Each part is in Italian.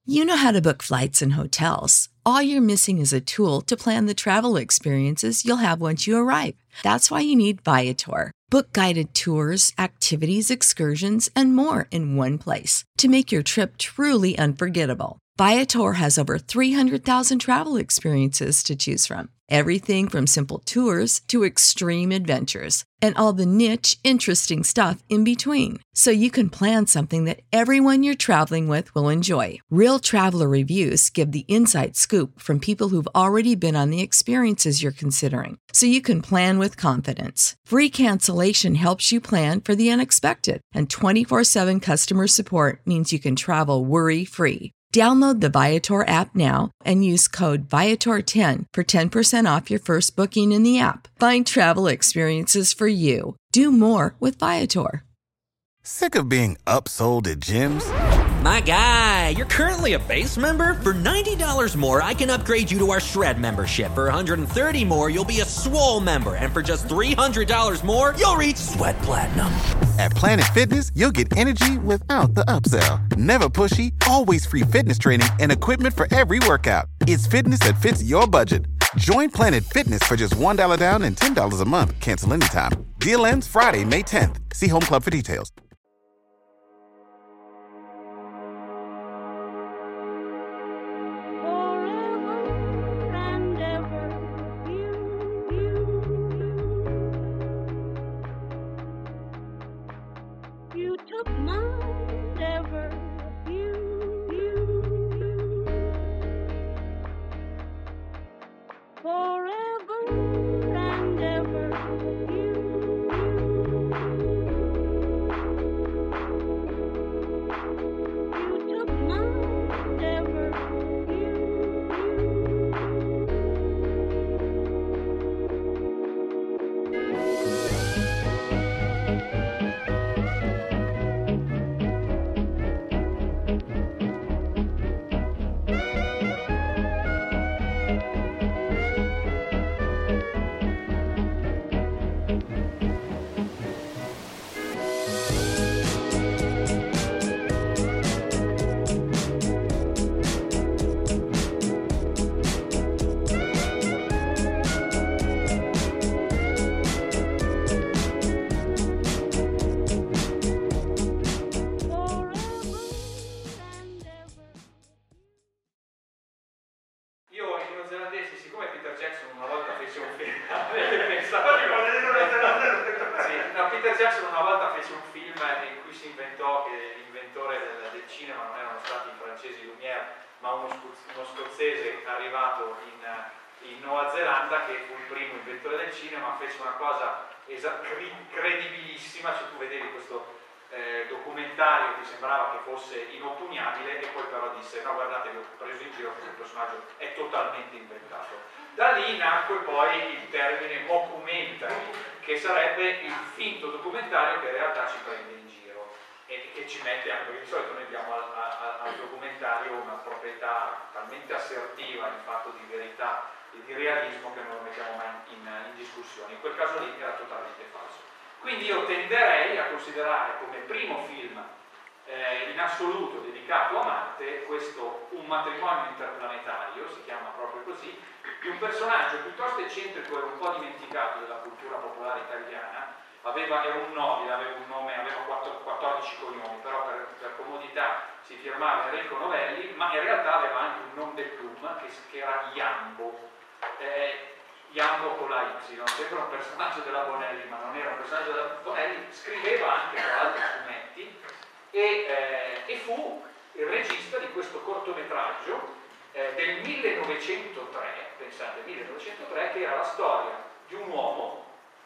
You know how to book flights and hotels. All you're missing is a tool to plan the travel experiences you'll have once you arrive. That's why you need Viator. Book guided tours, activities, excursions, and more in one place to make your trip truly unforgettable. Viator has over 300,000 travel experiences to choose from. Everything from simple tours to extreme adventures and all the niche, interesting stuff in between. So you can plan something that everyone you're traveling with will enjoy. Real traveler reviews give the inside scoop from people who've already been on the experiences you're considering. So you can plan with confidence. Free cancellation helps you plan for the unexpected. And 24/7 customer support means you can travel worry-free. Download the Viator app now and use code Viator10 for 10% off your first booking in the app. Find travel experiences for you. Do more with Viator. Sick of being upsold at gyms? My guy, you're currently a base member? For $90 more, I can upgrade you to our Shred membership. For $130 more, you'll be a Swole member. And for just $300 more, you'll reach Sweat Platinum. At Planet Fitness, you'll get energy without the upsell. Never pushy, always free fitness training and equipment for every workout. It's fitness that fits your budget. Join Planet Fitness for just $1 down and $10 a month. Cancel anytime. Deal ends Friday, May 10th. See Home Club for details. in Nuova Zelanda, che fu il primo inventore del cinema, fece una cosa credibilissima, cioè tu vedevi questo documentario che sembrava che fosse inoppugnabile e poi però disse no, guardate, vi ho preso in giro, questo personaggio è totalmente inventato. Da lì nacque poi il termine mockumentary, che sarebbe il finto documentario che in realtà ci prende in giro e che ci mette anche, perché di solito noi diamo al documentario una proprietà talmente assertiva in fatto di verità e di realismo che non lo mettiamo mai in discussione. In quel caso lì era totalmente falso. Quindi io tenderei a considerare come primo film in assoluto dedicato a Marte questo Un matrimonio interplanetario, si chiama proprio così, di un personaggio piuttosto eccentrico e un po' dimenticato della cultura popolare italiana. Era un nobile, aveva 14 cognomi, però per comodità si firmava Enrico Novelli, ma in realtà aveva anche un nom de plume che era Iambo. Iambo con la Y, sembra un personaggio della Bonelli, ma non era un personaggio della Bonelli, scriveva anche tra l'altro fumetti e fu il regista di questo cortometraggio del 1903, pensate, 1903, che era la storia di un uomo,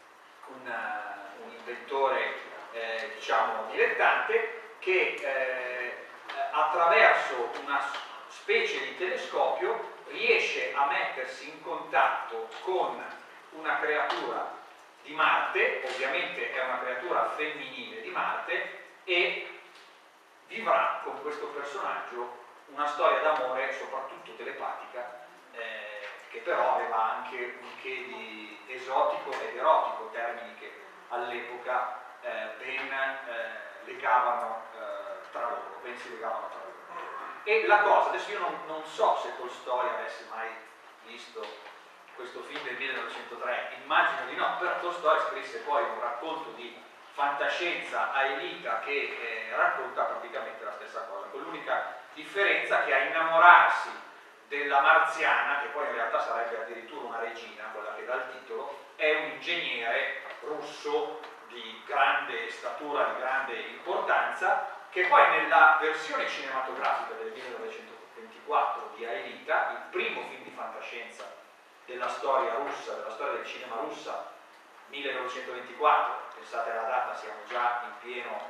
un inventore diciamo dilettante, che attraverso una specie di telescopio riesce a mettersi in contatto con una creatura di Marte, ovviamente è una creatura femminile di Marte, e vivrà con questo personaggio una storia d'amore soprattutto telepatica, che però aveva anche un che di esotico ed erotico, termini che all'epoca ben legavano tra loro, ben si legavano tra loro. E la cosa, adesso io non so se Tolstoi avesse mai visto questo film del 1903, immagino di no, però Tolstoi scrisse poi un racconto di fantascienza a Elita che racconta praticamente la stessa cosa, con l'unica differenza che a innamorarsi della marziana, che poi in realtà sarebbe addirittura una regina, quella che dà il titolo, è un ingegnere russo di grande statura, di grande importanza, che poi nella versione cinematografica del 1924 di Aelita, il primo film di fantascienza della storia russa, della storia del cinema russa, 1924, pensate alla data, siamo già in pieno,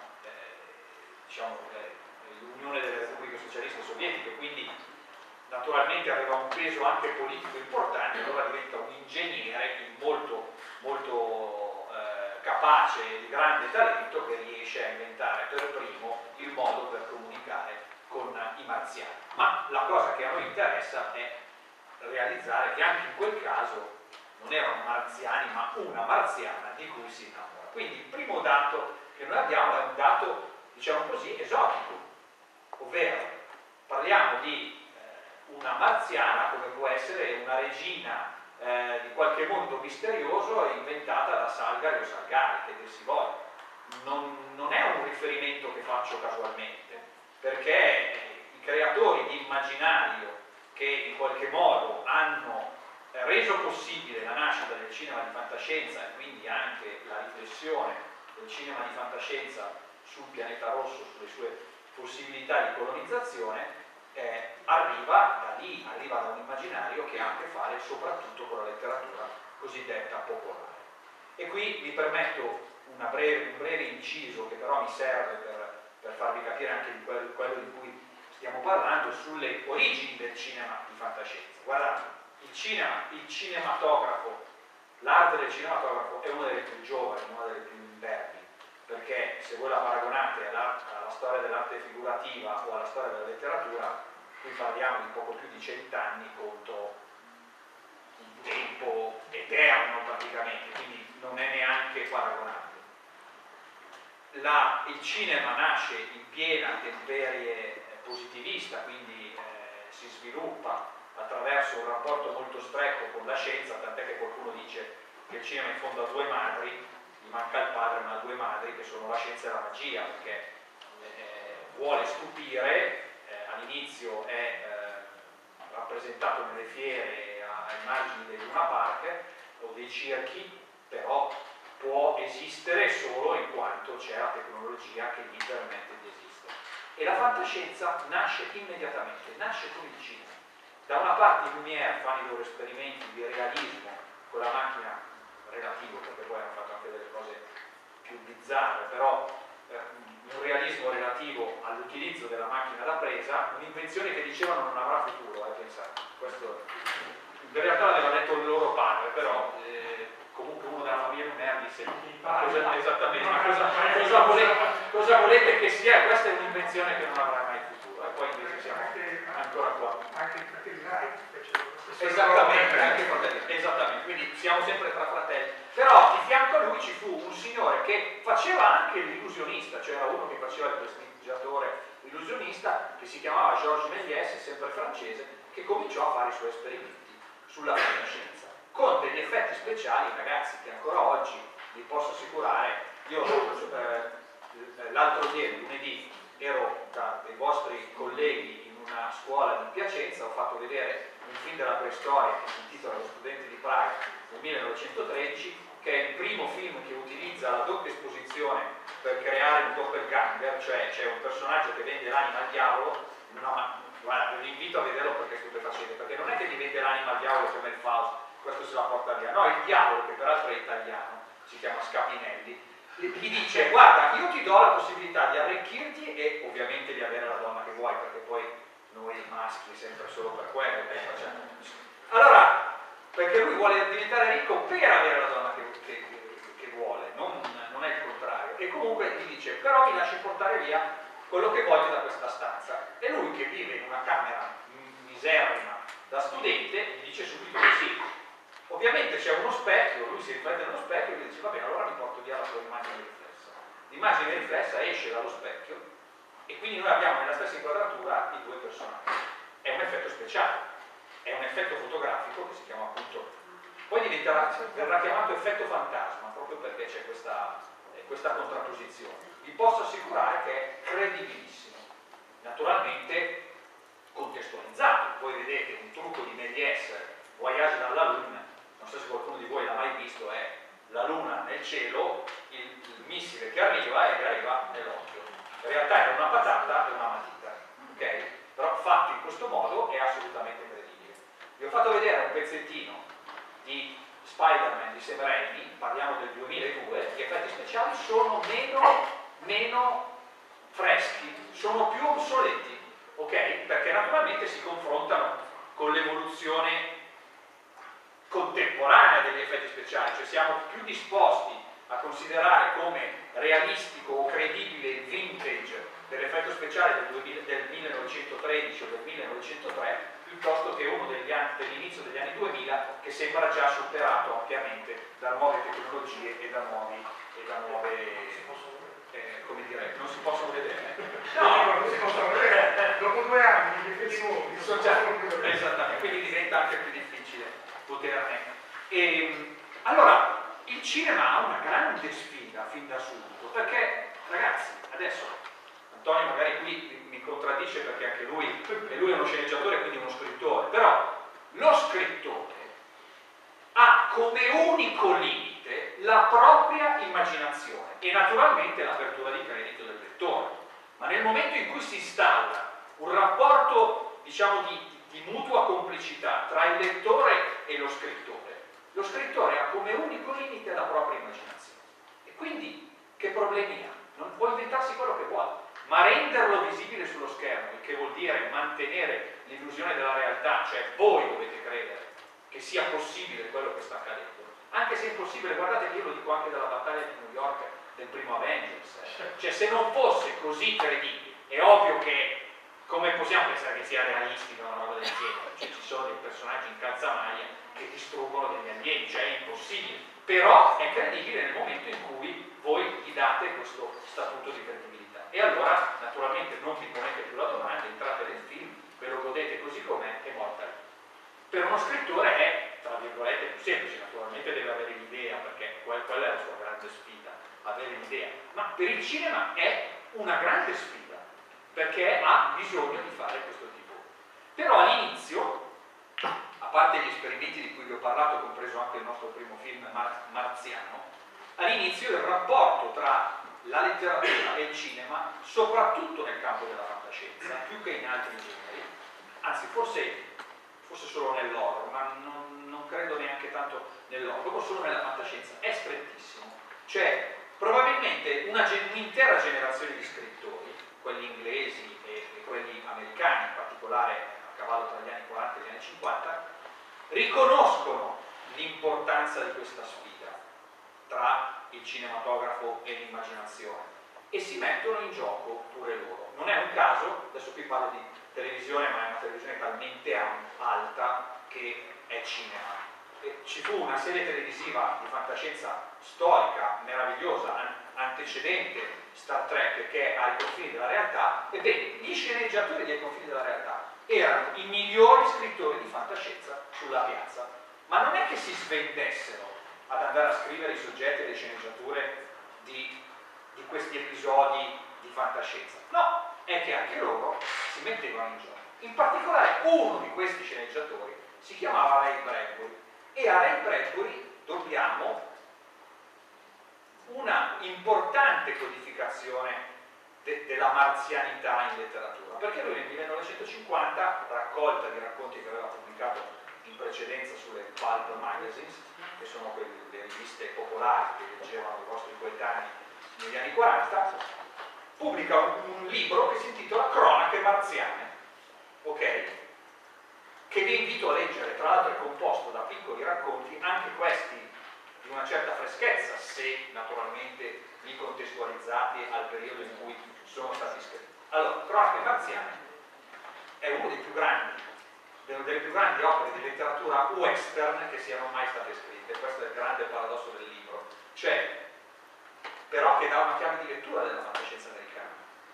l'Unione delle Repubbliche Socialiste Sovietiche, quindi naturalmente aveva un peso anche politico importante, allora diventa un ingegnere molto, molto capace e di grande talento che riesce a inventare per primo il modo per comunicare con i marziani. Ma la cosa che a noi interessa è realizzare che anche in quel caso non erano marziani ma una marziana di cui si innamora. Quindi il primo dato che noi abbiamo è un dato, diciamo così, esotico, ovvero parliamo di una marziana come può essere una regina di qualche mondo misterioso inventata da Salgari o Salgari, che dir si voglia. Non è un riferimento che faccio casualmente, perché i creatori di immaginario che in qualche modo hanno reso possibile la nascita del cinema di fantascienza e quindi anche la riflessione del cinema di fantascienza sul pianeta rosso, sulle sue possibilità di colonizzazione, arriva da lì, arriva da un immaginario che ha a che fare soprattutto con la letteratura cosiddetta popolare. E qui vi permetto un breve inciso che però mi serve per farvi capire anche di quello di cui stiamo parlando, sulle origini del cinema di fantascienza. Guardate, il cinematografo, l'arte del cinematografo è una delle più giovani, una delle più imberbe, perché se voi la paragonate alla storia dell'arte figurativa o alla storia della letteratura, qui parliamo di poco più di 100 anni contro un tempo eterno praticamente, quindi non è neanche paragonabile. Il cinema nasce in piena temperie positivista, quindi si sviluppa attraverso un rapporto molto stretto con la scienza, tant'è che qualcuno dice che il cinema in fondo ha due madri, gli manca il padre ma ha due madri che sono la scienza e la magia, perché vuole stupire, all'inizio è rappresentato nelle fiere ai margini dei Luna Park o dei circhi, però può esistere solo in quanto c'è la tecnologia che gli permette di esistere. E la fantascienza nasce immediatamente, nasce con il cinema. Da una parte i Lumière fanno i loro esperimenti di realismo con la macchina relativo, perché poi hanno fatto anche delle cose più bizzarre, però un realismo relativo all'utilizzo della macchina da presa, un'invenzione che dicevano non avrà futuro, pensate. Questo in realtà l'aveva detto il loro padre, però comunque uno della famiglia Lumière disse esattamente cosa volete che sia, questa è un'invenzione che non avrà mai futuro, e poi invece siamo ancora qua. Anche i fratelli Wright fecero esattamente, anche fratelli, esattamente, quindi siamo sempre tra fratelli. Però di fianco a lui ci fu un signore che faceva anche l'illusionista, cioè era uno che faceva il prestigiatore illusionista, che si chiamava Georges Méliès, sempre francese, che cominciò a fare i suoi esperimenti sulla fantascienza con degli effetti speciali, ragazzi, che ancora oggi vi posso assicurare. Io l'altro ieri, lunedì, ero da dei vostri colleghi in una scuola di Piacenza, ho fatto vedere un film della preistoria che si intitola Lo studente di Praga del 1913, che è il primo film che utilizza la doppia esposizione per creare un doppelganger, cioè c'è un personaggio che vende l'anima al diavolo, guarda, vi invito a vederlo perché è stupefacente, perché non è che gli vende l'anima al diavolo come il Fausto, questo se la porta via, no, il diavolo, che peraltro è italiano, si chiama Scapinelli, gli dice: guarda, io ti do la possibilità di arricchirti e ovviamente di avere la donna che vuoi, perché poi noi maschi sempre solo per quello che facciamo. Allora, perché lui vuole diventare ricco per avere la donna che vuole, non è il contrario. E comunque gli dice: però mi lasci portare via quello che voglio da questa stanza. E lui, che vive in una camera miserrima da studente, gli dice subito che sì. Ovviamente c'è uno specchio, lui si riflette nello specchio e gli dice: va bene, allora mi porto via la tua immagine riflessa. L'immagine riflessa esce dallo specchio e quindi noi abbiamo nella stessa inquadratura i due personaggi. È un effetto speciale, è un effetto fotografico che si chiama appunto, poi verrà chiamato effetto fantasma proprio perché c'è questa contrapposizione. Vi posso assicurare che è credibilissimo, naturalmente contestualizzato. Voi vedete un trucco di Méliès, Voyage dans la Lune, non so se qualcuno di voi l'ha mai visto, è la luna nel cielo, il missile che arriva e che arriva nell'occhio. In realtà è una patata e una matita, ok? Però fatto in questo modo è assolutamente credibile. Vi ho fatto vedere un pezzettino di Spider-Man di Sam Raimi, parliamo del 2002, gli effetti speciali sono meno freschi, sono più obsoleti, ok? Perché naturalmente si confrontano con l'evoluzione contemporanea degli effetti speciali, cioè siamo più disposti a considerare come realistico o credibile il vintage dell'effetto speciale del 1913 o del 1903 piuttosto che uno dell'inizio degli anni 2000 che sembra già superato ampiamente da nuove tecnologie e da nuove come dire, non si possono vedere. No, non si possono vedere. Dopo 2 anni gli effetti nuovi sono già esattamente, quindi diventa anche più difficile poterne. Allora, il cinema ha una grande sfida fin da subito, perché ragazzi, adesso Antonio magari qui mi contraddice perché anche lui è uno sceneggiatore, quindi uno scrittore, però lo scrittore ha come unico limite la propria immaginazione e naturalmente l'apertura di credito del lettore, ma nel momento in cui si instaura un rapporto, diciamo, di mutua complicità tra il lettore e lo scrittore ha come unico limite la propria immaginazione e quindi che problemi ha? Non può inventarsi quello che vuole, ma renderlo visibile sullo schermo, il che vuol dire mantenere l'illusione della realtà, cioè voi dovete credere che sia possibile quello che sta accadendo, anche se è impossibile. Guardate che io lo dico anche dalla battaglia di New York del primo Avengers, cioè se non fosse così credibile è ovvio che come possiamo pensare che sia realistica una roba del genere, cioè ci sono dei personaggi in calzamaglia che distruggono degli alieni, cioè è impossibile, però è credibile nel momento in cui voi gli date questo statuto di credibilità e allora naturalmente non vi ponete più la domanda, entrate nel film, ve lo godete così com'è e morta lì. Per uno scrittore è, tra virgolette, più semplice, naturalmente deve avere l'idea, perché quella è la sua grande sfida, avere l'idea, ma per il cinema è una grande sfida, perché ha bisogno di fare questo tipo. Però all'inizio, a parte gli esperimenti di cui vi ho parlato, compreso anche il nostro primo film Marziano, all'inizio il rapporto tra la letteratura e il cinema, soprattutto nel campo della fantascienza, più che in altri generi, anzi forse solo nell'horror, ma non credo neanche tanto nell'horror, proprio solo nella fantascienza, è strettissimo. Cioè, probabilmente un'intera generazione di scrittori, quelli inglesi e quelli americani, in particolare a cavallo tra gli anni 40 e gli anni 50, riconoscono l'importanza di questa sfida tra il cinematografo e l'immaginazione e si mettono in gioco pure loro. Non è un caso, adesso qui parlo di televisione, ma è una televisione talmente alta che è cinema. E ci fu una serie televisiva di fantascienza storica, meravigliosa, antecedente Star Trek, che è ai confini della realtà, e beh, gli sceneggiatori dei confini della realtà erano i migliori scrittori di fantascienza sulla piazza, ma non è che si svendessero ad andare a scrivere i soggetti e le sceneggiature di questi episodi di fantascienza, no, è che anche loro si mettevano in gioco. In particolare uno di questi sceneggiatori si chiamava Ray Bradbury e a Ray Bradbury dobbiamo una importante codificazione della marzianità in letteratura, perché lui nel 1950, raccolta di racconti che aveva pubblicato in precedenza sulle pulp magazines, che sono le riviste popolari che leggevano i vostri coetanei negli anni 40, pubblica un libro che si intitola Cronache marziane, ok? Che vi invito a leggere, tra l'altro è composto da piccoli racconti, anche questi di una certa freschezza, se naturalmente li contestualizzati al periodo in cui sono stati scritti. Allora, Cronache marziane è uno dei più grandi, delle più grandi opere di letteratura western che siano mai state scritte. Questo è il grande paradosso del libro, cioè però che dà una chiave di lettura della fantascienza americana.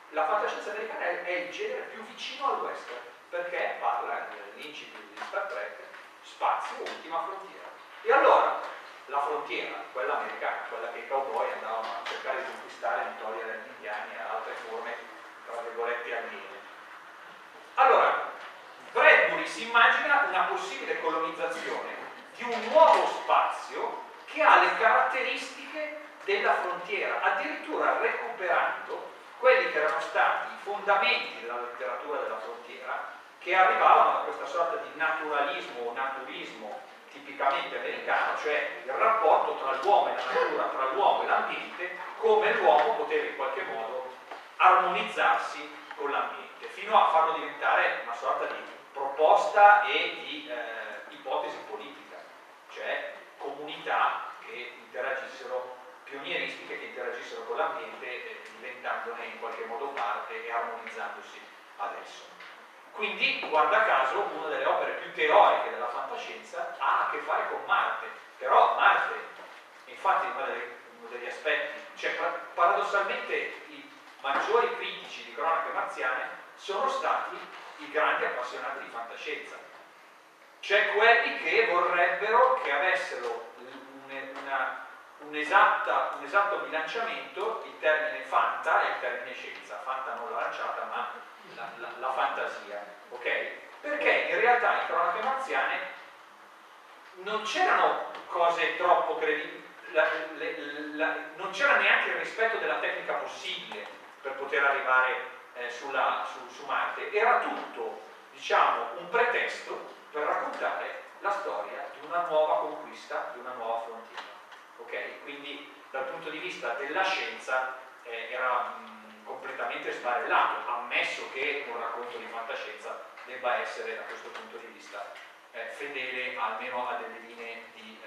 la fantascienza americana è il genere più vicino al western, perché parla dell'incipit di Star Trek, spazio, ultima frontiera. E allora, la frontiera, quella americana, quella che i cowboy andavano a cercare di conquistare, di togliere agli indiani e altre forme, tra virgolette, aliene. Allora, Bradbury si immagina una possibile colonizzazione di un nuovo spazio che ha le caratteristiche della frontiera, addirittura recuperando quelli che erano stati i fondamenti della letteratura della frontiera, che arrivavano da questa sorta di naturalismo o naturismo tipicamente americano, cioè il rapporto tra l'uomo e la natura, tra l'uomo e l'ambiente, come l'uomo poteva in qualche modo armonizzarsi con l'ambiente, fino a farlo diventare una sorta di proposta e di ipotesi politica, cioè comunità che interagissero, pionieristiche che interagissero con l'ambiente, diventandone in qualche modo parte e armonizzandosi adesso. Quindi, guarda caso, una delle opere più teoriche della fantascienza ha a che fare con Marte, però Marte, infatti uno degli aspetti, cioè paradossalmente i maggiori critici di cronache marziane sono stati i grandi appassionati di fantascienza, cioè quelli che vorrebbero che avessero un esatto bilanciamento il termine fanta e il termine scienza. Fanta non l'ho lanciata, ma la fantasia, ok? Perché in realtà in cronache marziane non c'erano cose troppo credibili, non c'era neanche il rispetto della tecnica possibile per poter arrivare su Marte. Era tutto, diciamo, un pretesto per raccontare la storia di una nuova conquista, di una nuova frontiera. Ok? Quindi dal punto di vista della scienza era completamente sbarellato, ammesso che un racconto di fantascienza debba essere da questo punto di vista fedele almeno a delle linee di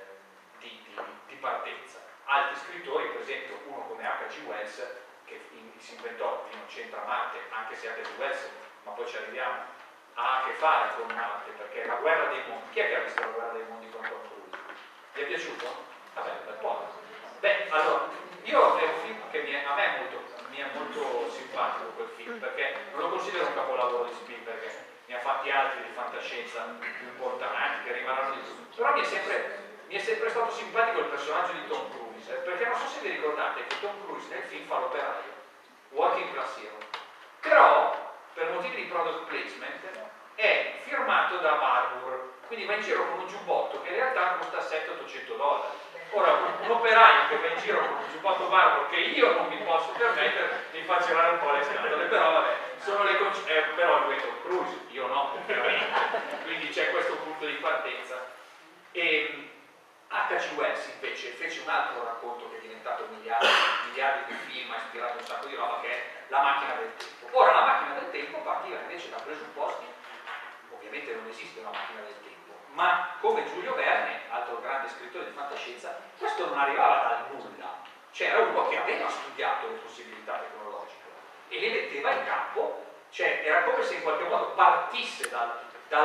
partenza. Altri scrittori, per esempio uno come H.G. Wells, che si inventò, qui non c'entra Marte, anche se H.G. Wells, ma poi ci arriviamo, ha a che fare con Marte, perché la guerra dei mondi, chi è che ha visto la guerra dei mondi con Tom Cruise? Vi è piaciuto? Vabbè, un bel po'. Beh, allora, io è un film che a me mi è molto simpatico quel film, perché non lo considero un capolavoro di Spielberg, perché ne ha fatti altri di fantascienza più importanti, che rimarranno di più. Però mi è sempre stato simpatico il personaggio di Tom Cruise, perché non so se vi ricordate che Tom Cruise nel film fa l'operaio, Working Class Hero, però per motivi di product placement è firmato da Barbour, quindi va in giro con un giubbotto che in realtà costa $700-800. Ora, un operaio che va in giro con un giubbotto Barbour che io non mi posso permettere, mi fa girare un po' le scatole, però vabbè, sono le però lui è Tom Cruise, io no, ovviamente, quindi c'è questo punto di partenza. E H.G. Wells invece fece un altro racconto che è diventato miliardi di film, ha ispirato un sacco di roba, che è La macchina del tempo. Ora, La macchina del tempo partiva invece da presupposti, ovviamente non esiste una macchina del tempo, ma come Giulio Verne, altro grande scrittore di fantascienza, questo non arrivava dal nulla, c'era uno che aveva studiato le possibilità tecnologiche e le metteva in campo, cioè era come se in qualche modo partisse dal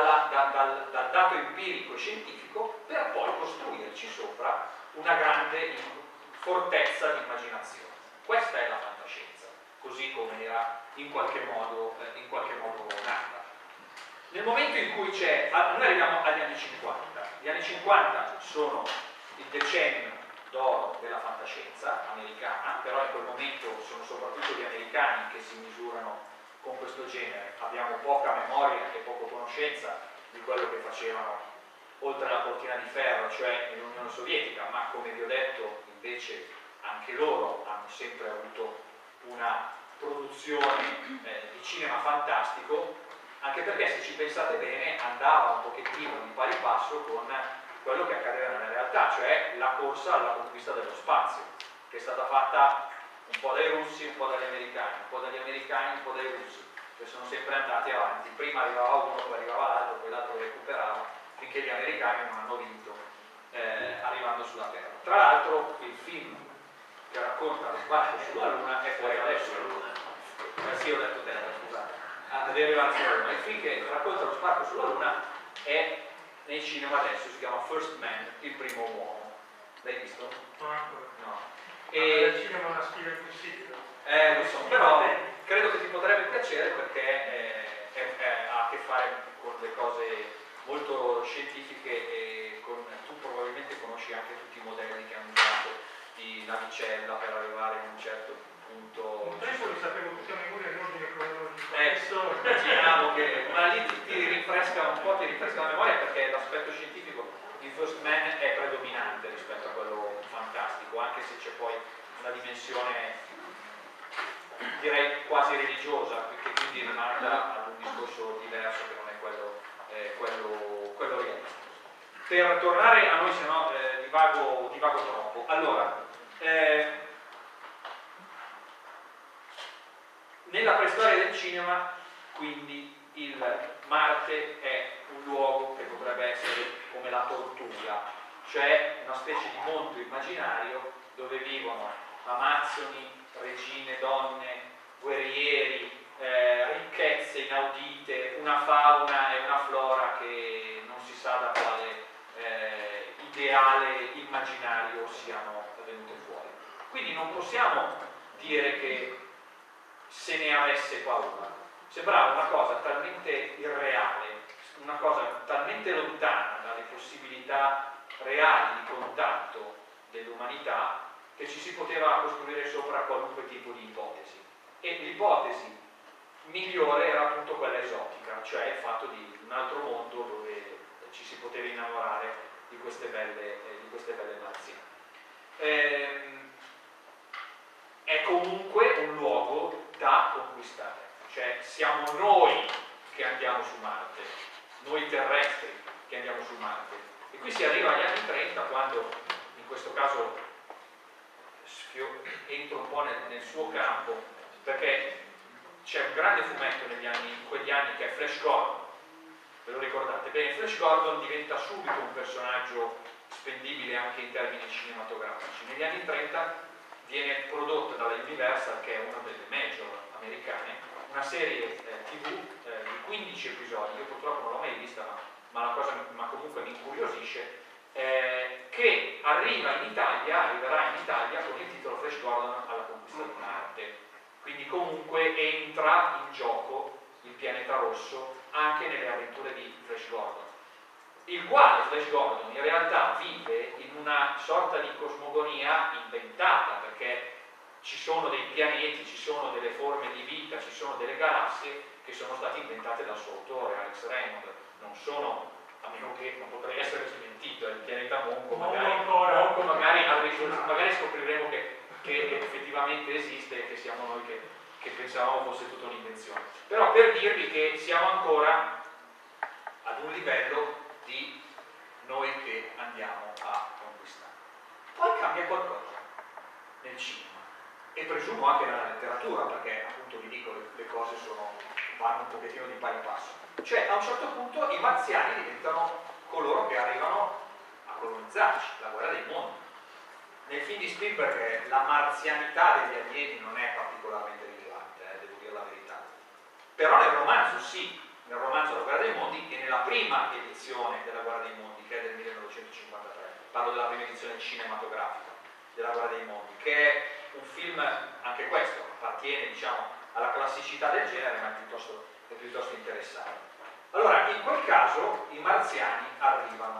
dato empirico e scientifico per poi costruirci sopra una grande fortezza di immaginazione. Questa è la fantascienza, così come era in qualche modo nata. Nel momento in cui noi arriviamo agli anni 50, gli anni 50 sono il decennio d'oro della fantascienza americana, però in quel momento sono soprattutto gli americani che si misurano con questo genere. Abbiamo poca memoria e poca conoscenza di quello che facevano oltre la cortina di ferro, cioè nell'Unione Sovietica, ma come vi ho detto invece anche loro hanno sempre avuto una produzione di cinema fantastico, anche perché se ci pensate bene andava un pochettino di pari passo con quello che accadeva nella realtà, cioè la corsa alla conquista dello spazio, che è stata fatta un po' dai russi, un po' dagli americani, un po' dagli americani, un po' dai russi, che sono sempre andati avanti. Prima arrivava uno, poi arrivava l'altro, poi l'altro recuperava, finché gli americani non hanno vinto arrivando sulla Terra. Tra l'altro il film che racconta lo sbarco sulla Luna è fuori adesso. Sì, ho detto Terra, scusate. Deve arrivare sulla Luna. Il film che racconta lo sbarco sulla Luna è nei cinema adesso, si chiama First Man, il primo uomo. L'hai visto? Non ancora. No. Il cinema è una sfida impossibile. Lo so, però credo che ti potrebbe piacere perché ha a che fare con le cose molto scientifiche e tu probabilmente conosci anche tutti i modelli che hanno usato di navicella per arrivare in un certo punto. Un tempo li sapevo tutti a memoria in ordine cronologico. Adesso immaginavo che, ma lì ti rinfresca un po', ti rinfresca la memoria perché l'aspetto scientifico di First Man è predominante rispetto a quello fantastico, anche se c'è poi una dimensione direi quasi religiosa, che quindi rimanda ad un discorso diverso che non è quello realistico. Per tornare a noi, se no divago troppo. Allora, nella preistoria del cinema, quindi, il Marte è un luogo che potrebbe essere come la tortura, cioè una specie di mondo immaginario dove vivono amazzoni, regine, donne, guerrieri, ricchezze inaudite, una fauna e una flora che non si sa da quale ideale immaginario siano venute fuori. Quindi non possiamo dire che se ne avesse paura. Sembrava una cosa talmente irreale, una cosa talmente lontana dalle possibilità reali di contatto dell'umanità che ci si poteva costruire sopra qualunque tipo di ipotesi. E l'ipotesi migliore era appunto quella esotica, cioè il fatto di un altro mondo dove ci si poteva innamorare di queste belle marziane. È comunque un luogo da conquistare, cioè siamo noi che andiamo su Marte, noi terrestri che andiamo su Marte. E qui si arriva agli anni 30 quando, in questo caso, entro un po' nel suo campo, perché c'è un grande fumetto in quegli anni che è Flash Gordon. Ve lo ricordate? Bene, Flash Gordon diventa subito un personaggio spendibile anche in termini cinematografici. Negli anni 30 viene prodotta dalla Universal, che è una delle major americane, una serie TV di 15 episodi. Io purtroppo non l'ho mai vista, ma comunque mi incuriosisce, che arriverà in Italia con il titolo Flash Gordon alla conquista di Marte. Quindi comunque entra in gioco il pianeta rosso anche nelle avventure di Flash Gordon, il quale Flash Gordon in realtà vive in una sorta di cosmogonia inventata, perché ci sono dei pianeti, ci sono delle forme di vita, ci sono delle galassie che sono state inventate dal suo autore, Alex Raymond. Non sono, a meno che non potrei essere smentito, è il pianeta Monco, magari scopriremo che effettivamente esiste e che siamo noi che pensavamo fosse tutta un'invenzione. Però per dirvi che siamo ancora ad un livello di noi che andiamo a conquistare. Poi cambia qualcosa nel cinema e presumo anche nella letteratura, perché appunto vi dico le cose vanno un pochettino di pari passo. Cioè a un certo punto i marziani diventano coloro che arrivano a colonizzarci, la guerra dei mondi. Nel film di Spielberg la marzianità degli alieni non è particolarmente rilevante, devo dire la verità. Però nel romanzo sì, nel romanzo La guerra dei mondi e nella prima edizione della guerra dei mondi, che è del 1953, parlo della prima edizione cinematografica della guerra dei mondi, che è un film, anche questo, appartiene alla classicità del genere, ma è piuttosto interessante. Allora, in quel caso i marziani arrivano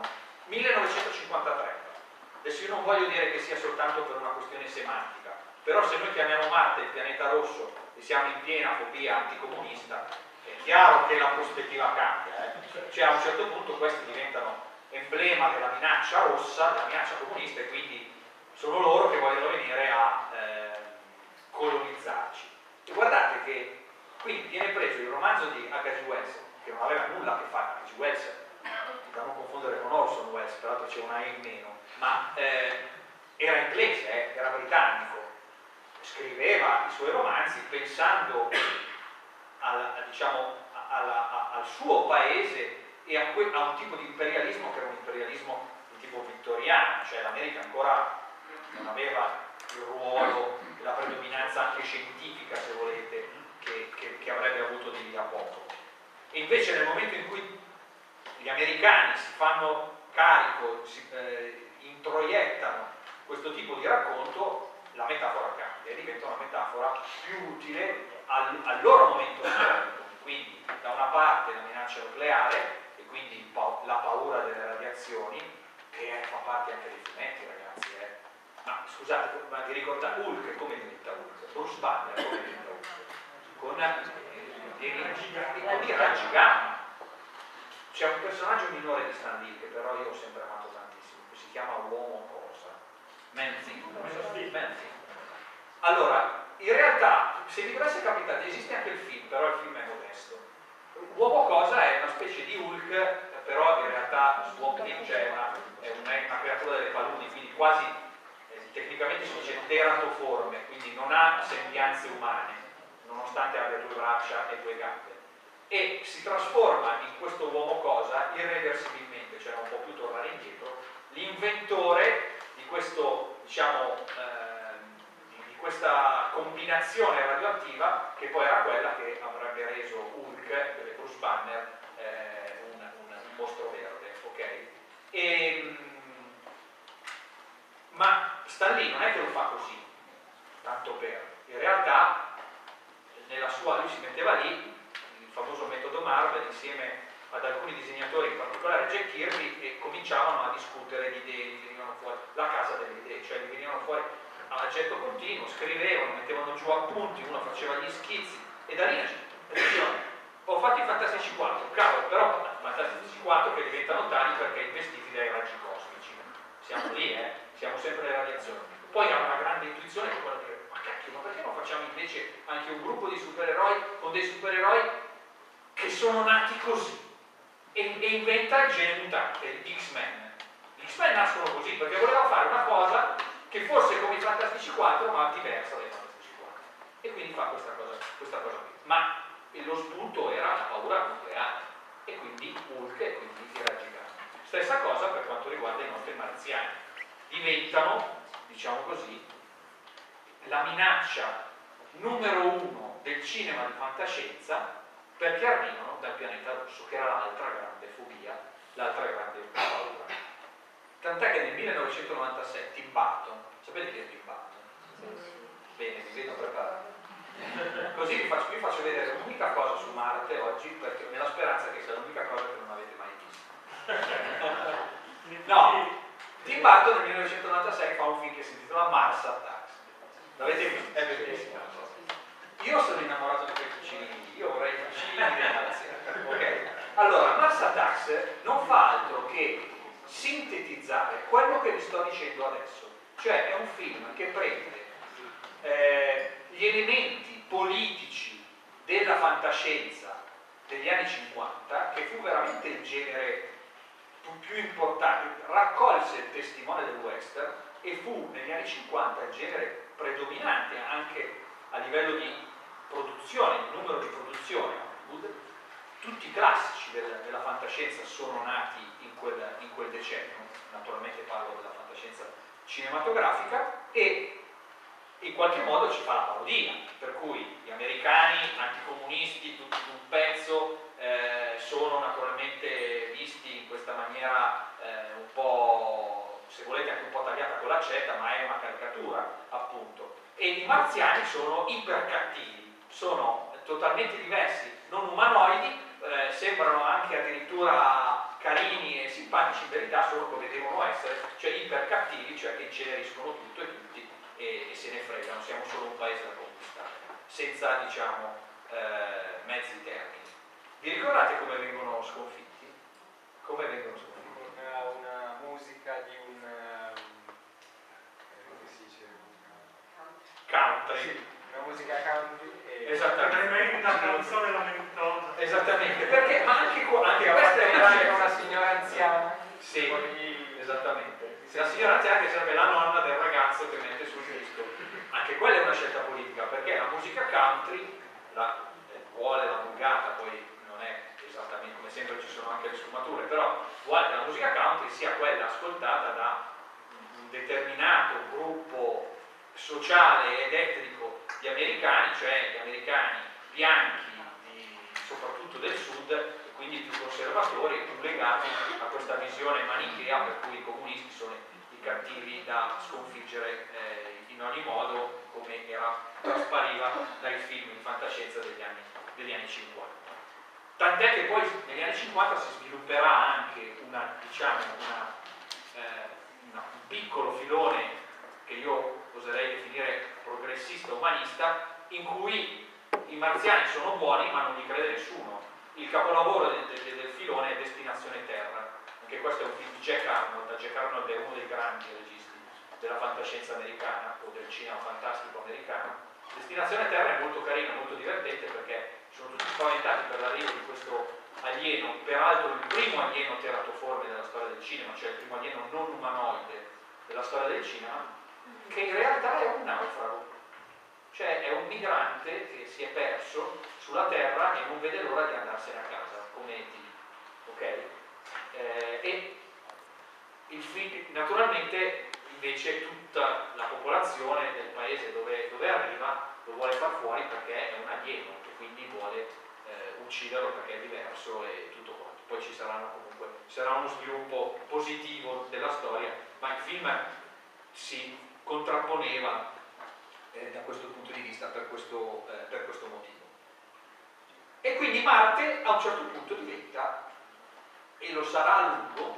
1953. Adesso io non voglio dire che sia soltanto per una questione semantica, però se noi chiamiamo Marte il pianeta rosso e siamo in piena fobia anticomunista, è chiaro che la prospettiva cambia. Cioè a un certo punto questi diventano emblema della minaccia rossa, della minaccia comunista, e quindi sono loro che vogliono venire a colonizzarci. E guardate che qui viene preso il romanzo di H.G. Wells, che non aveva nulla a che fare con H.G. Wells, da non confondere con Orson Welles, peraltro c'è una E in meno, ma era inglese, era britannico, scriveva i suoi romanzi pensando al suo paese e a un tipo di imperialismo che era un imperialismo di tipo vittoriano, cioè l'America ancora non aveva il ruolo e la predominanza anche scientifica, se volete, che avrebbe avuto di lì a poco. E invece nel momento in cui gli americani si fanno carico, introiettano questo tipo di racconto, la metafora cambia e diventa una metafora più utile al loro momento storico, quindi da una parte la minaccia nucleare e quindi la paura delle radiazioni, che fa parte anche dei fumetti, ragazzi. Ma scusate, ma vi ricordate Hulk come diventa Hulk? Bruce Banner come diventa Hulk? Con i raggi gamma. C'è un personaggio minore di Stan Lee che però io ho sempre amato tantissimo, che si chiama Uomo Cosa. Man-Thing. Allora, in realtà, se vi dovesse capitare, esiste anche il film, però il film è modesto. Uomo Cosa è una specie di Hulk, però in realtà Swamp Thing, cioè è una creatura delle paludi, quindi quasi, tecnicamente si dice teratoforme, quindi non ha sembianze umane, nonostante abbia 2 braccia e 2 gambe. E si trasforma in questo Uomo Cosa irreversibilmente, cioè non può più tornare indietro. L'inventore di questo, diciamo, di questa combinazione radioattiva, che poi era quella che avrebbe reso Hulk, delle Bruce Banner, un mostro verde, ok? Ma Stan Lee non è che lo fa così, tanto per. In realtà, lui si metteva lì, il famoso metodo Marvel, insieme ad alcuni disegnatori, in particolare Jack Kirby, e cominciavano a discutere di idee, gli venivano fuori la casa delle idee, cioè gli venivano fuori a getto continuo, scrivevano, mettevano giù appunti, uno faceva gli schizzi, e da lì dicevano: ho fatto i Fantastici 4, cavolo, però Fantastici 4 che diventano tali perché investiti dai raggi cosmici. Siamo lì, siamo sempre alle radiazioni. Poi ha una grande intuizione che è quella di dire: ma cacchio, ma perché non facciamo invece anche un gruppo di supereroi con dei supereroi che sono nati così? E inventa il genere mutante, gli X-Men. Gli X-Men nascono così perché voleva fare una cosa che fosse come i Fantastici 4 ma diversa dai Fantastici 4. E quindi fa questa cosa qui. Ma lo spunto era la paura nucleare. E quindi Hulk e quindi i raggi gamma. Stessa cosa per quanto riguarda i nostri marziani. Diventano, diciamo così, la minaccia numero 1 del cinema di fantascienza, perché arrivano dal pianeta rosso, che era l'altra grande fobia, l'altra grande paura. Tant'è che nel 1996 Tim Burton, sapete chi è Tim Burton? Bene, vi vedo preparati. Così vi faccio vedere l'unica cosa su Marte oggi, perché nella speranza che sia l'unica cosa che non avete mai visto. No, Tim Burton nel 1996 fa un film che si intitola Mars Attacks. L'avete visto? È bellissimo. Io sono innamorato di quei fucili lì, io vorrei i fucili di marziani. Ok? Allora, Mars Attacks non fa altro che sintetizzare quello che vi sto dicendo adesso. Cioè è un film che prende gli elementi politici della fantascienza degli anni 50, che fu veramente il genere più importante, raccolse il testimone del western e fu negli anni 50 il genere predominante anche a livello di produzione, di numero di produzione. Tutti i classici della fantascienza sono nati in quel decennio, naturalmente parlo della fantascienza cinematografica, e in qualche modo ci fa la parodia, per cui gli americani anticomunisti, tutti un pezzo, sono naturalmente visti in questa maniera un po', se volete anche un po' tagliata con l'accetta, ma è una caricatura appunto. E i marziani sono ipercattivi, sono totalmente diversi, non umanoidi, sembrano anche addirittura carini e simpatici, in verità sono come devono essere, cioè ipercattivi, cioè che inceneriscono tutto e tutti e se ne fregano, siamo solo un paese da conquistare, senza, diciamo, mezzi termini. Vi ricordate come vengono sconfitti? Come vengono sconfitti? Con una musica di un come si dice? Country. Sì, una musica country. Esattamente. Una canzone lamentosa. Esattamente, perché anche questa è una signora anziana. Sì, poi... esattamente. La signora anziana che sarebbe la nonna del ragazzo che mette sul disco. Anche quella è una scelta politica, perché la musica country vuole la vulgata, poi non è esattamente, come sempre ci sono anche le sfumature, però vuole che la musica country sia quella ascoltata da un determinato gruppo sociale ed etnico di americani, cioè gli americani bianchi, soprattutto del sud, e quindi più conservatori e più legati a questa visione manichea per cui i comunisti sono i cattivi da sconfiggere in ogni modo, come traspariva dai film di fantascienza tant'è che poi negli anni 50 si svilupperà anche un piccolo filone che io oserei definire progressista umanista, in cui i marziani sono buoni ma non gli crede nessuno. Il capolavoro del filone è Destinazione Terra, anche questo è un film di Jack Arnold. Jack Arnold è uno dei grandi registi della fantascienza americana o del cinema fantastico americano. Destinazione Terra è molto carino, molto divertente, perché sono tutti spaventati per l'arrivo di questo alieno, peraltro il primo alieno teratoforme della storia del cinema, cioè il primo alieno non umanoide della storia del cinema, che in realtà è un naufrago, cioè è un migrante che si è perso sulla Terra e non vede l'ora di andarsene a casa, come E.T. Ok? E il film, naturalmente, invece tutta la popolazione del paese dove arriva lo vuole far fuori perché è un alieno e quindi vuole ucciderlo perché è diverso e tutto quanto. Poi ci sarà uno sviluppo positivo della storia, ma il film si contrapponeva da questo punto di vista per questo motivo. E quindi Marte a un certo punto diventa, e lo sarà a lungo,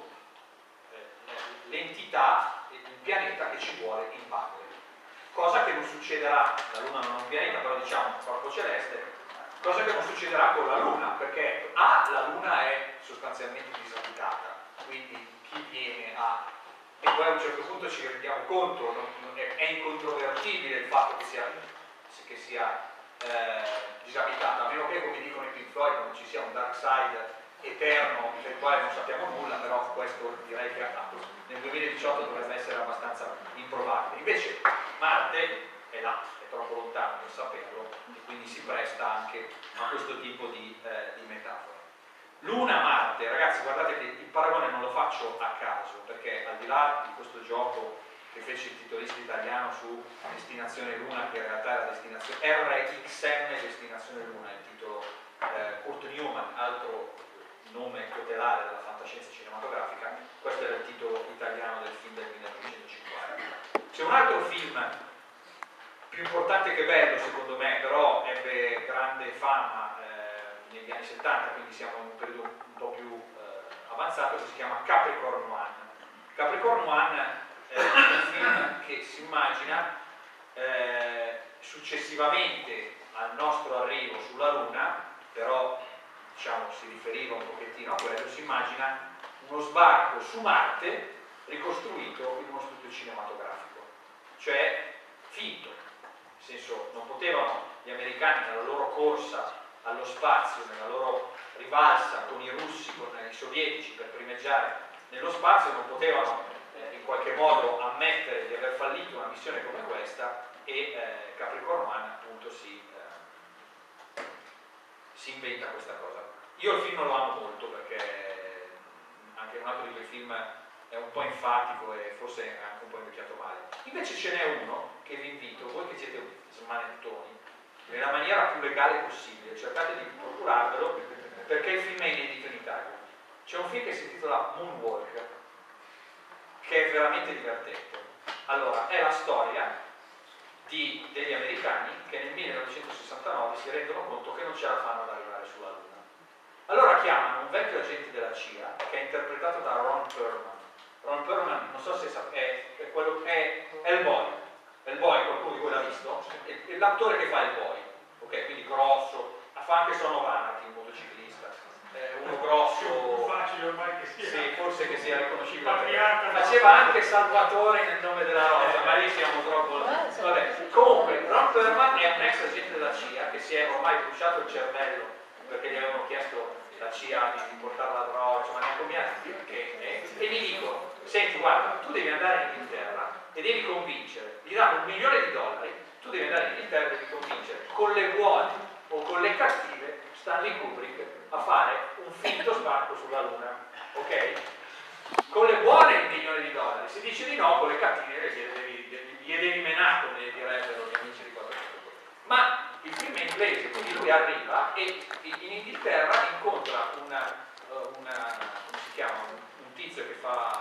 l'entità, il pianeta che ci vuole invadere. Cosa che non succederà, la Luna non è un pianeta, però diciamo un corpo celeste, cosa che non succederà con la Luna, perché la Luna è sostanzialmente disabitata, quindi chi viene e poi a un certo punto ci rendiamo conto, è incontrovertibile il fatto che sia disabitata, a meno che, come dicono i Pink Floyd, non ci sia un dark side eterno del quale non sappiamo nulla, però questo direi che nel 2018 dovrebbe essere abbastanza improbabile. Invece Marte è là, è troppo lontano per saperlo, e quindi si presta anche a questo tipo di metafora. Luna-Marte, ragazzi, guardate che il paragone non lo faccio a caso, perché al di là di questo gioco che fece il titolista italiano su Destinazione Luna, che in realtà era Destinazione RXM Destinazione Luna, il titolo Kurt Newman, altro nome tutelare della fantascienza cinematografica, questo era il titolo italiano del film del 1950. C'è un altro film più importante che bello, secondo me, però ebbe grande fama negli anni 70, quindi siamo in un periodo un po' più avanzato, che si chiama Capricorn One. Capricorn One è un film che si immagina successivamente al nostro arrivo sulla Luna, però diciamo si riferiva un pochettino a quello, si immagina uno sbarco su Marte ricostruito in uno studio cinematografico, cioè finto, nel senso non potevano gli americani nella loro corsa allo spazio, nella loro rivalsa con i russi, con i sovietici per primeggiare nello spazio, non potevano in qualche modo ammettere di aver fallito una missione come questa, e Capricorn One appunto si inventa questa cosa. Io il film lo amo molto perché anche un altro di quei film è un po' enfatico e forse anche un po' invecchiato male. Invece ce n'è uno che vi invito, voi che siete smanettoni, nella maniera più legale possibile, cercate di procurarvelo, perché il film è inedito in Italia. C'è un film che si intitola Moonwalk, che è veramente divertente. Allora, è la storia degli americani che nel 1969 si rendono conto che non ce la fanno ad arrivare sulla Luna. Allora chiamano un vecchio agente della CIA, che è interpretato da Ron Perlman. Ron Perlman, non so se sapete, è quello che è il boy. È il boy, qualcuno di voi l'ha visto? È l'attore che fa il boy, ok? Quindi grosso, fa anche Son of Anarchy, un motociclista, uno grosso, facile ormai che sia. sì, forse che sia riconoscibile. Patriarca, Faceva anche Salvatore nel Nome della Rosa, ma lì siamo troppo. Vabbè, comunque, Ron Perlman è un ex agente della CIA che si è ormai bruciato il cervello perché gli avevano chiesto la CIA di portare la droga, ma ne ha combinati, e gli dico: senti, guarda, tu devi andare in Inghilterra e devi convincere, gli danno $1 milione, tu devi andare in Inghilterra e devi convincere con le buone o con le cattive Stanley Kubrick a fare un finto sbarco sulla Luna, ok? Con le buone $1 milione, se dice di no, con le cattive gli devi menato, direbbero gli amici di Quattro. Ma il film è inglese, quindi lui arriva e in Inghilterra incontra come si chiama, un tizio che fa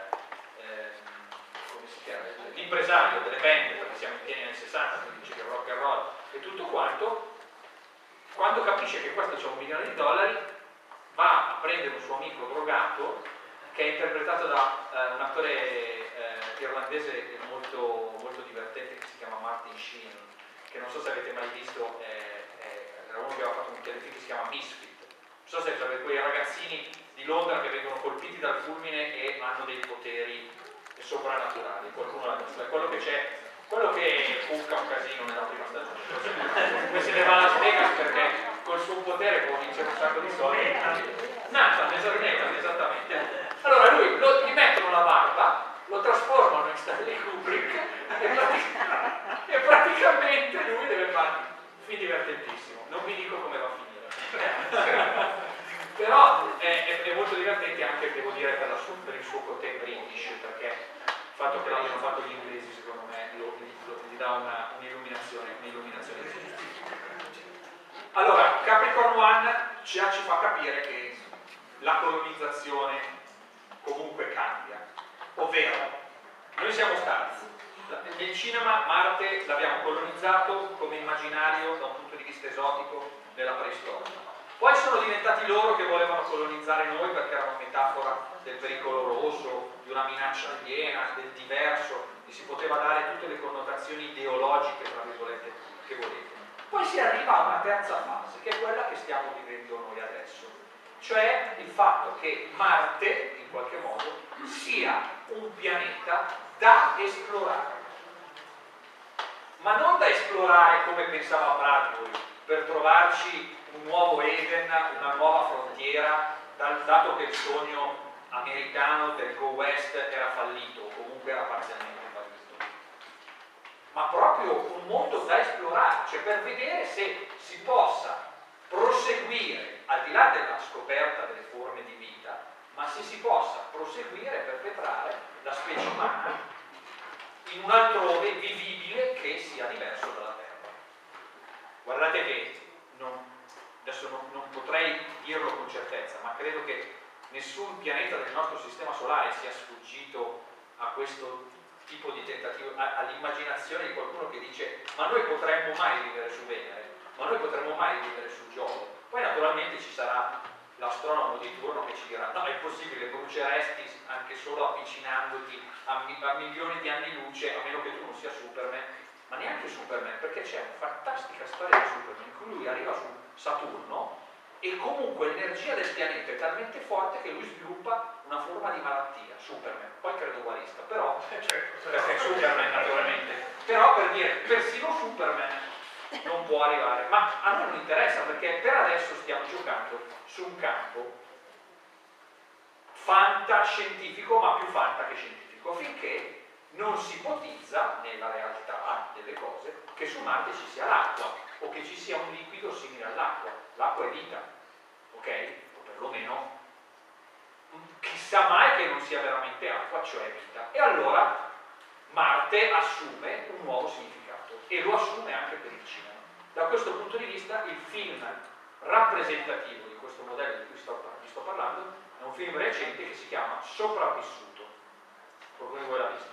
come si chiama, l'impresario delle band, perché siamo in pieni anni 60, quindi dice che rock and roll e tutto quanto. Quando capisce che questo c'ha $1 milione, prendere un suo amico drogato, che è interpretato da un attore irlandese molto, molto divertente che si chiama Martin Sheen, che non so se avete mai visto, era uno che aveva fatto un telefilm che si chiama Misfit. Non so se sapete, quei ragazzini di Londra che vengono colpiti dal fulmine e hanno dei poteri soprannaturali. Qualcuno l'ha visto, è quello che c'è, quello che buca un casino nella prima stagione. Come se ne va a Las Vegas perché col suo potere può vincere un sacco di soldi. Nathan, esattamente. Allora lui gli mettono la barba, lo trasformano in Stanley Kubrick e praticamente lui deve fare un film divertentissimo. Non vi dico come va a finire. Però è molto divertente anche, devo dire, per il suo côté british, perché il fatto che l'abbiano fatto gli inglesi secondo me gli dà un'illuminazione. Allora, Capricorn One ci fa capire che la colonizzazione comunque cambia, ovvero noi siamo stati nel cinema Marte l'abbiamo colonizzato come immaginario da un punto di vista esotico nella preistoria, poi sono diventati loro che volevano colonizzare noi perché era una metafora del pericolo rosso, di una minaccia aliena, del diverso, e si poteva dare tutte le connotazioni ideologiche tra virgolette che volete. Poi si arriva a una terza fase che è quella che stiamo vivendo noi adesso, cioè il fatto che Marte, in qualche modo, sia un pianeta da esplorare. Ma non da esplorare come pensava Bradbury, per trovarci un nuovo Eden, una nuova frontiera, dato che il sogno americano del Go West era fallito, o comunque era parzialmente fallito. Ma proprio un mondo da esplorare, cioè per vedere se si possa proseguire, al di là della scoperta delle forme di vita, ma se si possa proseguire e perpetrare la specie umana in un altrove vivibile che sia diverso dalla Terra. Guardate che adesso non potrei dirlo con certezza, ma credo che nessun pianeta del nostro sistema solare sia sfuggito a questo tipo di tentativo, all'immaginazione di qualcuno che dice ma noi potremmo mai vivere su Venere, ma noi potremmo mai vivere su Giove. Poi naturalmente ci sarà l'astronomo di turno che ci dirà no, è possibile, bruceresti anche solo avvicinandoti a milioni di anni luce, a meno che tu non sia Superman, ma neanche Superman, perché c'è una fantastica storia di Superman in cui lui arriva su Saturno e comunque l'energia del pianeta è talmente forte che lui sviluppa una forma di malattia, Superman, poi credo guarista, però perché Superman naturalmente, però per dire, persino Superman non può arrivare, ma a noi non interessa perché per adesso stiamo giocando su un campo fantascientifico, ma più fanta che scientifico, finché non si ipotizza nella realtà delle cose che su Marte ci sia l'acqua o che ci sia un liquido simile all'acqua. L'acqua è vita, ok? O perlomeno chissà mai che non sia veramente acqua, cioè vita. E allora Marte assume un nuovo significato e lo assume anche per il cinema. Da questo punto di vista il film rappresentativo di questo modello di cui vi sto parlando è un film recente che si chiama Sopravvissuto. Qualcuno di voi l'ha visto?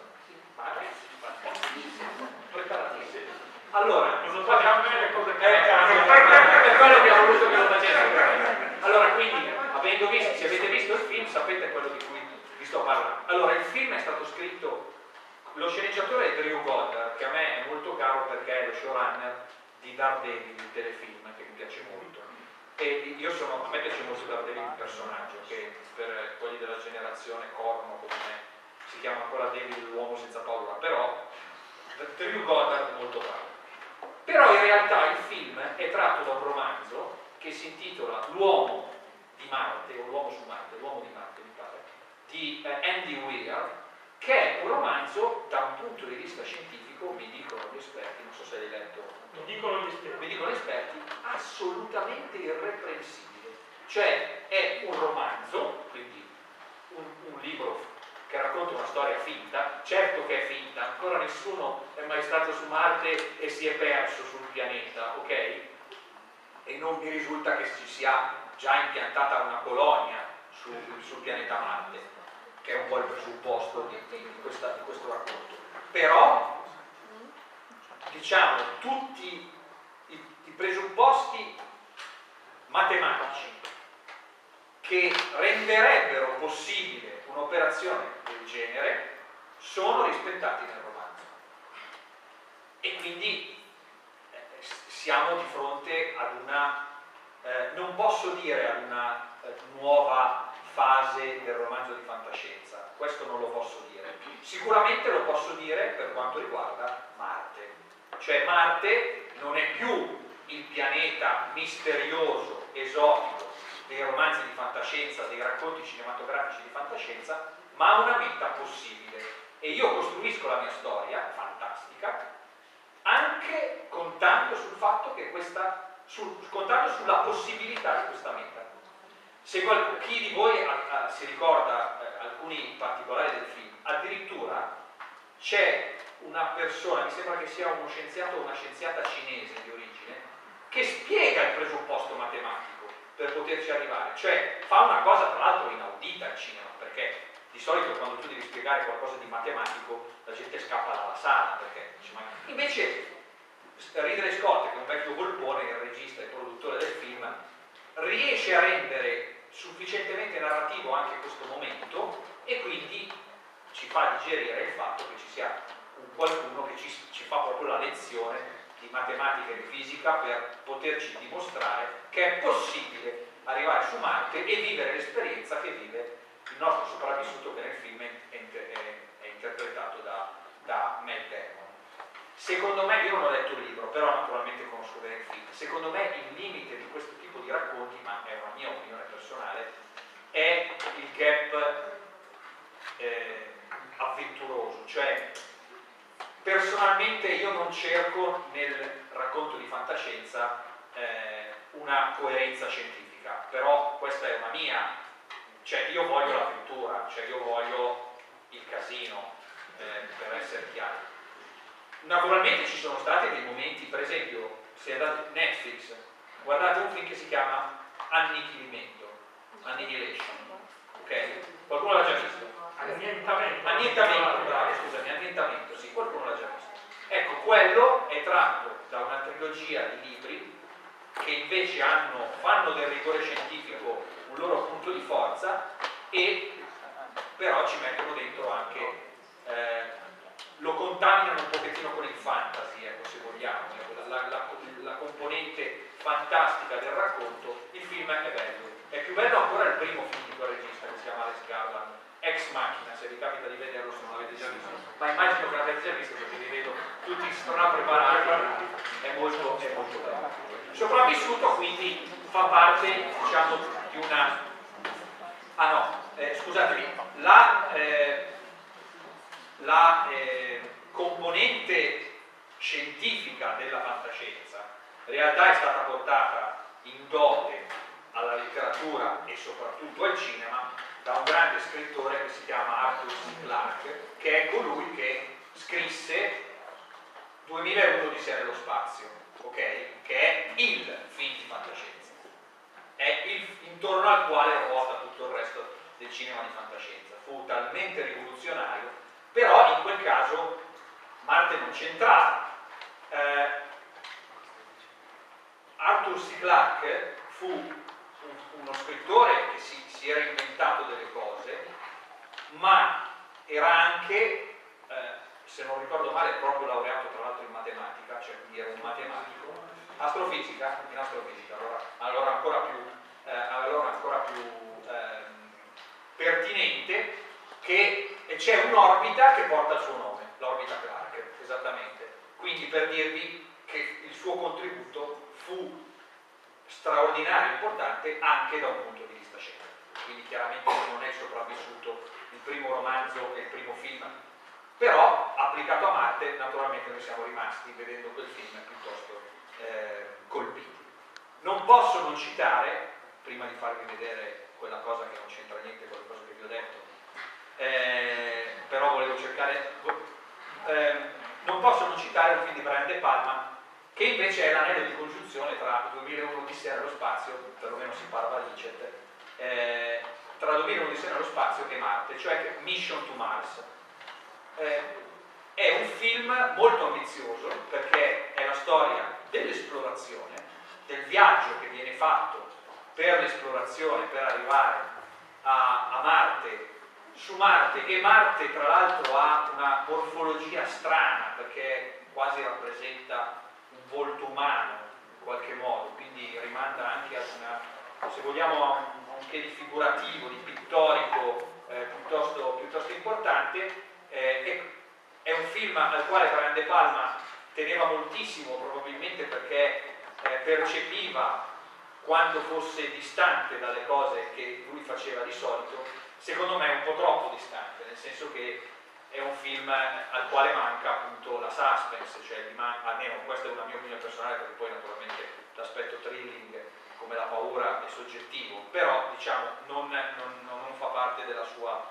Preparatissimo. Allora, per quello che ho voluto che lo facesse. Allora, quindi, avendo visto, se avete visto il film, sapete quello di cui vi sto parlando. Allora, il film è stato scritto, lo sceneggiatore è Drew Goddard, che a me è molto caro perché è lo showrunner di Daredevil, il telefilm, che mi piace molto. E a me piace molto Daredevil il personaggio, che per quelli della generazione corno come me si chiama ancora Devil, l'uomo senza paura, però Drew Goddard è molto bravo. Però in realtà il film è tratto da un romanzo che si intitola L'uomo di Marte, o L'uomo su Marte, L'uomo di Marte mi pare, di Andy Weir, che è un romanzo da un punto di vista scientifico, mi dicono gli esperti, non so se l'hai letto, mi dicono gli esperti, assolutamente irreprensibile. Cioè è un romanzo, quindi un libro che racconta una storia finta, certo che è finta, ancora nessuno è mai stato su Marte e si è perso sul pianeta, ok? E non mi risulta che ci sia già impiantata una colonia sul pianeta Marte, che è un po' il presupposto di questo racconto. Però, diciamo, tutti i presupposti matematici che renderebbero possibile un'operazione del genere sono rispettati nel romanzo. E quindi siamo di fronte ad una, non posso dire ad una nuova fase del romanzo di fantascienza, questo non lo posso dire. Sicuramente lo posso dire per quanto riguarda Marte. Cioè Marte non è più il pianeta misterioso, esotico dei romanzi di fantascienza, dei racconti cinematografici di fantascienza, ma una meta possibile. E io costruisco la mia storia fantastica anche contando sul fatto che contando sulla possibilità di questa meta. Se chi di voi si ricorda alcuni particolari del film, addirittura c'è una persona, mi sembra che sia uno scienziato o una scienziata cinese di origine, che spiega il presupposto matematico per poterci arrivare, cioè fa una cosa tra l'altro inaudita al cinema, perché di solito quando tu devi spiegare qualcosa di matematico la gente scappa dalla sala, perché invece Ridley Scott, che è un vecchio golpone, il regista e il produttore del film, riesce a rendere sufficientemente narrativo anche questo momento e quindi ci fa digerire il fatto che ci sia qualcuno che ci fa proprio la lezione di matematica e di fisica per poterci dimostrare che è possibile arrivare su Marte e vivere l'esperienza che vive il nostro sopravvissuto, che nel film è interpretato da Matt Damon. Secondo me, io non ho letto il libro, però naturalmente conosco bene il film, secondo me il limite di questo tipo di racconti, ma è una mia opinione personale, è il gap avventuroso, cioè personalmente io non cerco nel racconto di fantascienza una coerenza scientifica, però questa è una mia, cioè io voglio l'avventura, cioè io voglio il casino, per essere chiari. Naturalmente ci sono stati dei momenti, per esempio, se andate su Netflix, guardate un film che si chiama Annichilimento, Annihilation, ok? Qualcuno l'ha già visto? Annientamento, bravo, scusami, annientamento, sì, qualcuno l'ha già visto. Ecco, quello è tratto da una trilogia di libri che invece fanno del rigore scientifico un loro punto di forza e però ci mettono dentro anche, lo contaminano un pochettino con il fantasy, ecco, se vogliamo, la componente fantastica del racconto. Il film è bello, è più bello ancora il primo film di quel regista che si chiama Alex Garland, Ex Machina, se vi capita di vederlo, se non l'avete già visto, ma immagino che l'avete già visto perché vi vedo tutti strapreparati, è molto bello. Sopravvissuto quindi fa parte, diciamo, di una... scusatemi, la componente scientifica della fantascienza in realtà è stata portata in dote alla letteratura e soprattutto al cinema da un grande scrittore che si chiama Arthur C. Clarke, che è colui che scrisse 2001 Odissea nello spazio, ok? Che è il film di fantascienza, è intorno al quale ruota tutto il resto del cinema di fantascienza. Fu talmente rivoluzionario, però in quel caso Marte non c'entrava. Arthur C. Clarke fu uno scrittore che si era inventato delle cose, ma era anche, se non ricordo male, proprio laureato tra l'altro in matematica, cioè quindi era un matematico, astrofisica, allora ancora più pertinente, che c'è un'orbita che porta il suo nome, l'orbita Clarke, esattamente. Quindi per dirvi che il suo contributo fu straordinario, importante anche da un punto di vista scientifico. Quindi chiaramente non è sopravvissuto il primo romanzo e il primo film, però applicato a Marte naturalmente noi siamo rimasti, vedendo quel film, piuttosto colpiti. Non posso non citare, prima di farvi vedere quella cosa che non c'entra niente con le cose che vi ho detto, però volevo cercare, non posso non citare un film di Brian De Palma che invece è l'anello di congiunzione tra 2001 Odissea nello spazio, perlomeno si parla di Licet, tra 2001 Odissea nello spazio e Marte, cioè Mission to Mars. È un film molto ambizioso perché è la storia dell'esplorazione, del viaggio che viene fatto per l'esplorazione, per arrivare a Marte, su Marte, e Marte tra l'altro ha una morfologia strana perché quasi rappresenta un volto umano in qualche modo, quindi rimanda anche ad una, se vogliamo, a un che di figurativo, di pittorico piuttosto importante. È un film al quale Brian De Palma teneva moltissimo, probabilmente perché percepiva quanto fosse distante dalle cose che lui faceva di solito. Secondo me è un po' troppo distante, nel senso che è un film al quale manca appunto la suspense, cioè almeno questa è una mia opinione personale, perché poi naturalmente l'aspetto thrilling come la paura è soggettivo, però diciamo non fa parte della sua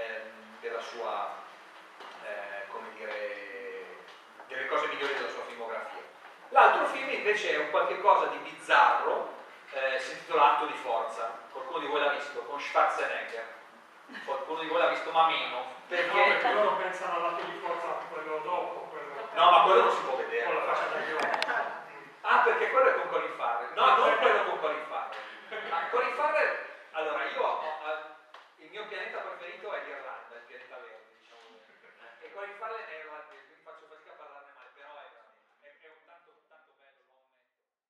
come dire, delle cose migliori della sua filmografia. L'altro film invece è un qualche cosa di bizzarro, si intitola Atto di forza. Qualcuno di voi l'ha visto? Con Schwarzenegger. Qualcuno di voi l'ha visto, ma meno, perché loro pensano all'atto di forza quello dopo, no, ma quello non si può vedere con la faccia da Dio. Ah, perché quello è con Colin Farrell. No, non quello con Colin Farrell. Ma Colin Farrell, allora il mio pianeta preferito è l'Irlanda, il pianeta verde, diciamo. E Colin Farrell è irlandese, quindi faccio fatica a parlarne male, però è un tanto bello, lo ammetto.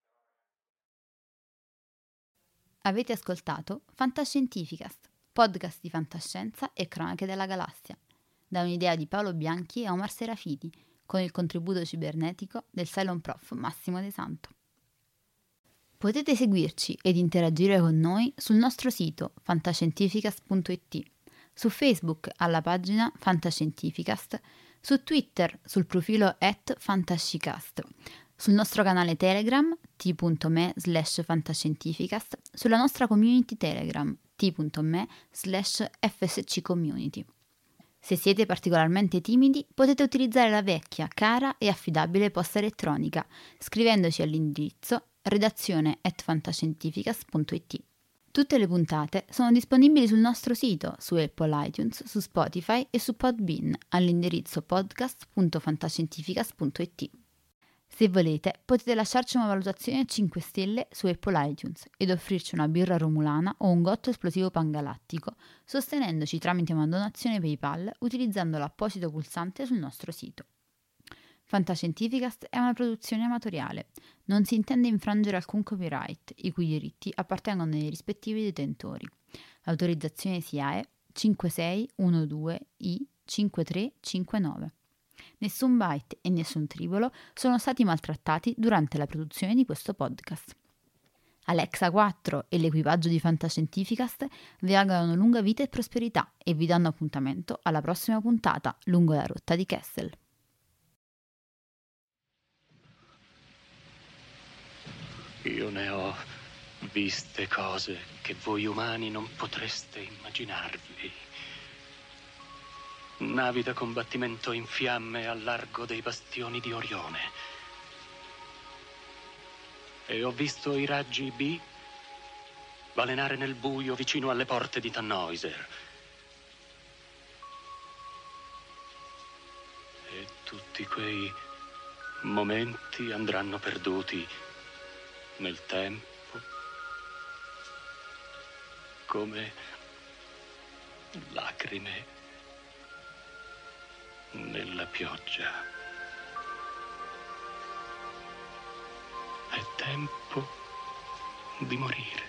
Avete ascoltato Fantascientificast, podcast di fantascienza e cronache della galassia, da un'idea di Paolo Bianchi e Omar Serafiti, con il contributo cibernetico del Cylon Prof Massimo De Santo. Potete seguirci ed interagire con noi sul nostro sito fantascientificast.it, su Facebook alla pagina Fantascientificast, su Twitter sul profilo @fantascicast, sul nostro canale Telegram t.me/fantascientificast, sulla nostra community Telegram t.me/fsccommunity. Se siete particolarmente timidi, potete utilizzare la vecchia, cara e affidabile posta elettronica, scrivendoci all'indirizzo redazione@fantascientificast.it. Tutte le puntate sono disponibili sul nostro sito, su Apple iTunes, su Spotify e su Podbean, all'indirizzo podcast.fantascientificast.it. Se volete, potete lasciarci una valutazione a 5 stelle su Apple iTunes ed offrirci una birra romulana o un gotto esplosivo pangalattico, sostenendoci tramite una donazione PayPal utilizzando l'apposito pulsante sul nostro sito. Fantascientificast è una produzione amatoriale. Non si intende infrangere alcun copyright, i cui diritti appartengono ai rispettivi detentori. L'autorizzazione SIAE 5612I5359. Nessun byte e nessun tribolo sono stati maltrattati durante la produzione di questo podcast. Alexa 4 e l'equipaggio di Fantascientificast vi augurano lunga vita e prosperità e vi danno appuntamento alla prossima puntata lungo la rotta di Kessel. Io ne ho viste cose che voi umani non potreste immaginarvi. Navi da combattimento in fiamme al largo dei bastioni di Orione. E ho visto i raggi B balenare nel buio vicino alle porte di Tannhäuser. E tutti quei momenti andranno perduti nel tempo, come lacrime nella pioggia. È tempo di morire.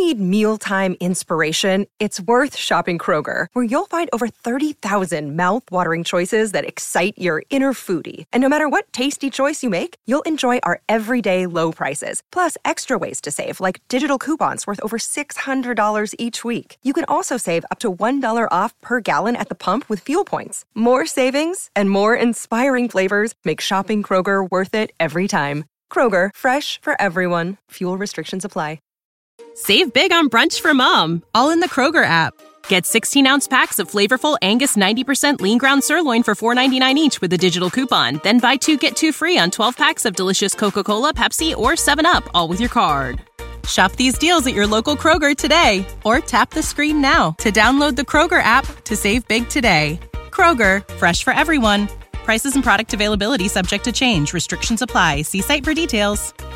need mealtime inspiration, it's worth shopping Kroger, where you'll find over 30,000 mouth-watering choices that excite your inner foodie. And no matter what tasty choice you make, you'll enjoy our everyday low prices, plus extra ways to save, like digital coupons worth over $600 each week. You can also save up to $1 off per gallon at the pump with fuel points. More savings and more inspiring flavors make shopping Kroger worth it every time. Kroger, fresh for everyone. Fuel restrictions apply. Save big on brunch for mom, all in the Kroger app. Get 16-ounce packs of flavorful Angus 90% lean ground sirloin for $4.99 each with a digital coupon. Then buy 2, get 2 free on 12 packs of delicious Coca-Cola, Pepsi, or 7-Up, all with your card. Shop these deals at your local Kroger today, or tap the screen now to download the Kroger app to save big today. Kroger, fresh for everyone. Prices and product availability subject to change. Restrictions apply. See site for details.